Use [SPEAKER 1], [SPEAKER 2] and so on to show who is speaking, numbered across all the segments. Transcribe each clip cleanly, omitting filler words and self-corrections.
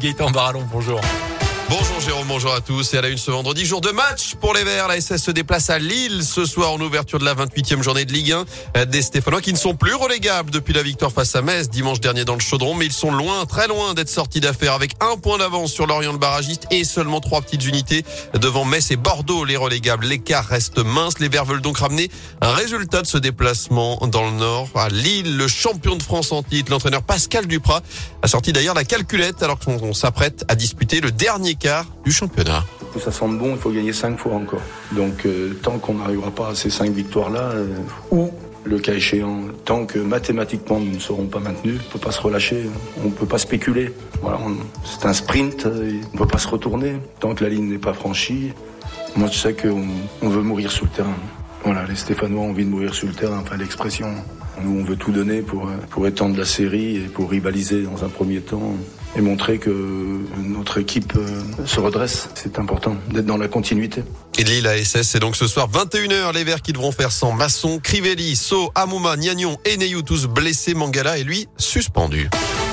[SPEAKER 1] Gaëtan Barallon, bonjour.
[SPEAKER 2] Bonjour Jérôme, bonjour à tous. Et à la une ce vendredi, jour de match pour les Verts. La SS se déplace à Lille ce soir en ouverture de la 28e journée de Ligue 1. Des Stéphanois qui ne sont plus relégables depuis la victoire face à Metz dimanche dernier dans le Chaudron. Mais ils sont loin, très loin d'être sortis d'affaire avec un point d'avance sur Lorient le barragiste et seulement 3 petites unités devant Metz et Bordeaux les relégables. L'écart reste mince. Les Verts veulent donc ramener un résultat de ce déplacement dans le Nord à Lille. Le champion de France en titre, l'entraîneur Pascal Duprat, a sorti d'ailleurs la calculette alors qu'on s'apprête à disputer le dernier quart du championnat.
[SPEAKER 3] Ça sent bon, il faut gagner 5 fois encore. Donc tant qu'on n'arrivera pas à ces 5 victoires-là, ou le cas échéant, tant que mathématiquement nous ne serons pas maintenus, on ne peut pas se relâcher, on ne peut pas spéculer. Voilà, c'est un sprint, on ne peut pas se retourner. Tant que la ligne n'est pas franchie, moi je sais qu'on veut mourir sur le terrain. Voilà, les Stéphanois ont envie de mourir sur le terrain, enfin l'expression. Nous, on veut tout donner pour étendre la série et pour rivaliser dans un premier temps et montrer que notre équipe se redresse. C'est important d'être dans la continuité.
[SPEAKER 2] Et Lille à SS, c'est donc ce soir 21h. Les Verts qui devront faire sans Masson, Crivelli, So, Amouma, Niagnon et Neyou, tous blessés. Mangala est lui suspendu.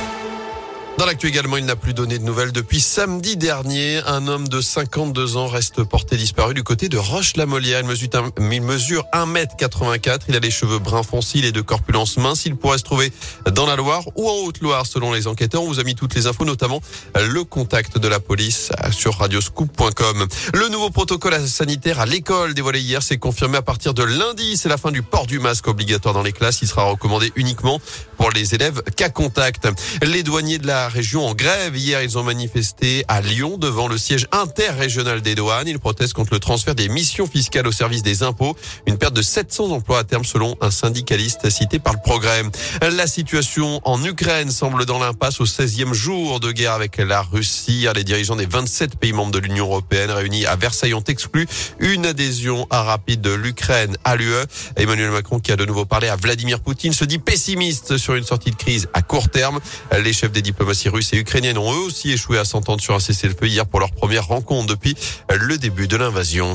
[SPEAKER 2] Dans l'actu également, il n'a plus donné de nouvelles depuis samedi dernier. Un homme de 52 ans reste porté disparu du côté de Roche-la-Molière. Il mesure 1m84. Il a les cheveux bruns foncés, il est de corpulence mince. Il pourrait se trouver dans la Loire ou en Haute-Loire selon les enquêteurs. On vous a mis toutes les infos, notamment le contact de la police sur radioscoop.com. Le nouveau protocole sanitaire à l'école dévoilé hier s'est confirmé à partir de lundi. C'est la fin du port du masque obligatoire dans les classes. Il sera recommandé uniquement pour les élèves cas contact. Les douaniers de la région en grève. Hier, ils ont manifesté à Lyon devant le siège interrégional des douanes. Ils protestent contre le transfert des missions fiscales au service des impôts. Une perte de 700 emplois à terme selon un syndicaliste cité par le Progrès. La situation en Ukraine semble dans l'impasse au 16e jour de guerre avec la Russie. Les dirigeants des 27 pays membres de l'Union européenne réunis à Versailles ont exclu une adhésion rapide de l'Ukraine à l'UE. Emmanuel Macron, qui a de nouveau parlé à Vladimir Poutine, se dit pessimiste sur une sortie de crise à court terme. Les chefs des diplomaties russes et ukrainiennes ont eux aussi échoué à s'entendre sur un cessez-le-feu hier pour leur première rencontre depuis le début de l'invasion.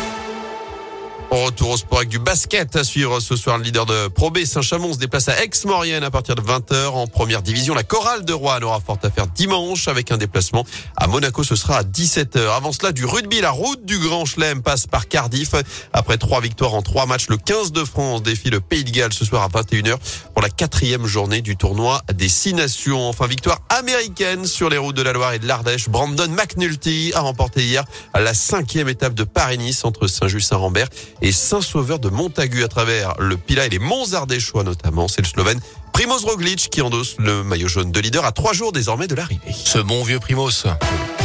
[SPEAKER 2] On retourne au sport avec du basket à suivre ce soir. Le leader de Pro B, Saint-Chamond, se déplace à Aix-Maurienne à partir de 20h en première division. La chorale de Roanne aura fort à faire dimanche avec un déplacement à Monaco. Ce sera à 17h. Avant cela, du rugby, la route du Grand Chelem passe par Cardiff. Après 3 victoires en 3 matchs, le 15 de France défie le Pays de Galles ce soir à 21h pour la 4e journée du tournoi des 6 nations. Enfin, victoire américaine sur les routes de la Loire et de l'Ardèche. Brandon McNulty a remporté hier la 5e étape de Paris-Nice entre Saint-Just-Saint-Rambert et Saint-Sauveur de Montagu à travers le Pilat et les Monts Ardéchois notamment. C'est le Slovène Primoz Roglic qui endosse le maillot jaune de leader à 3 jours désormais de l'arrivée.
[SPEAKER 1] Ce bon vieux Primoz.